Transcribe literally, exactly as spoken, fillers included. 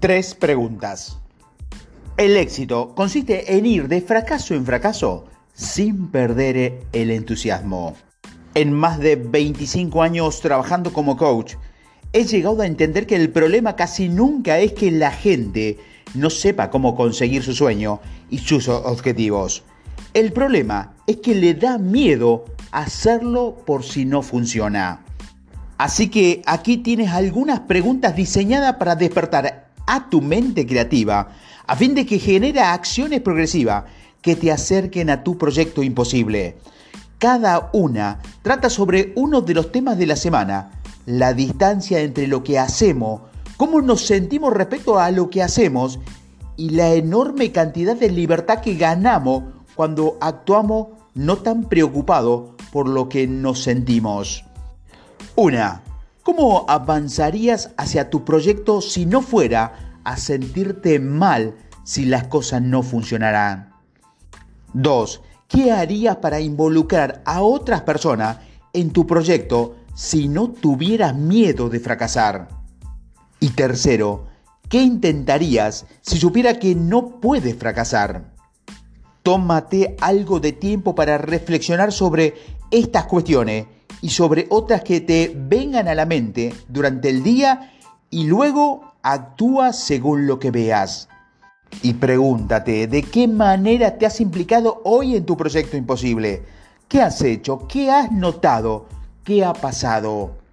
Tres preguntas. El éxito consiste en ir de fracaso en fracaso sin perder el entusiasmo. En más de veinticinco años trabajando como coach, he llegado a entender que el problema casi nunca es que la gente no sepa cómo conseguir su sueño y sus objetivos. El problema es que le da miedo hacerlo por si no funciona. Así que aquí tienes algunas preguntas diseñadas para despertar a tu mente creativa a fin de que genere acciones progresivas que te acerquen a tu proyecto imposible. Cada una trata sobre uno de los temas de la semana: la distancia entre lo que hacemos, cómo nos sentimos respecto a lo que hacemos y la enorme cantidad de libertad que ganamos cuando actuamos no tan preocupados por lo que nos sentimos. Una, ¿cómo avanzarías hacia tu proyecto si no fuera a sentirte mal si las cosas no funcionarán? Dos, ¿qué harías para involucrar a otras personas en tu proyecto si no tuvieras miedo de fracasar? Y tercero, ¿qué intentarías si supiera que no puedes fracasar? Tómate algo de tiempo para reflexionar sobre estas cuestiones y sobre otras que te vengan a la mente durante el día y luego actúa según lo que veas. Y pregúntate, ¿de qué manera te has implicado hoy en tu proyecto imposible? ¿Qué has hecho? ¿Qué has notado? ¿Qué ha pasado?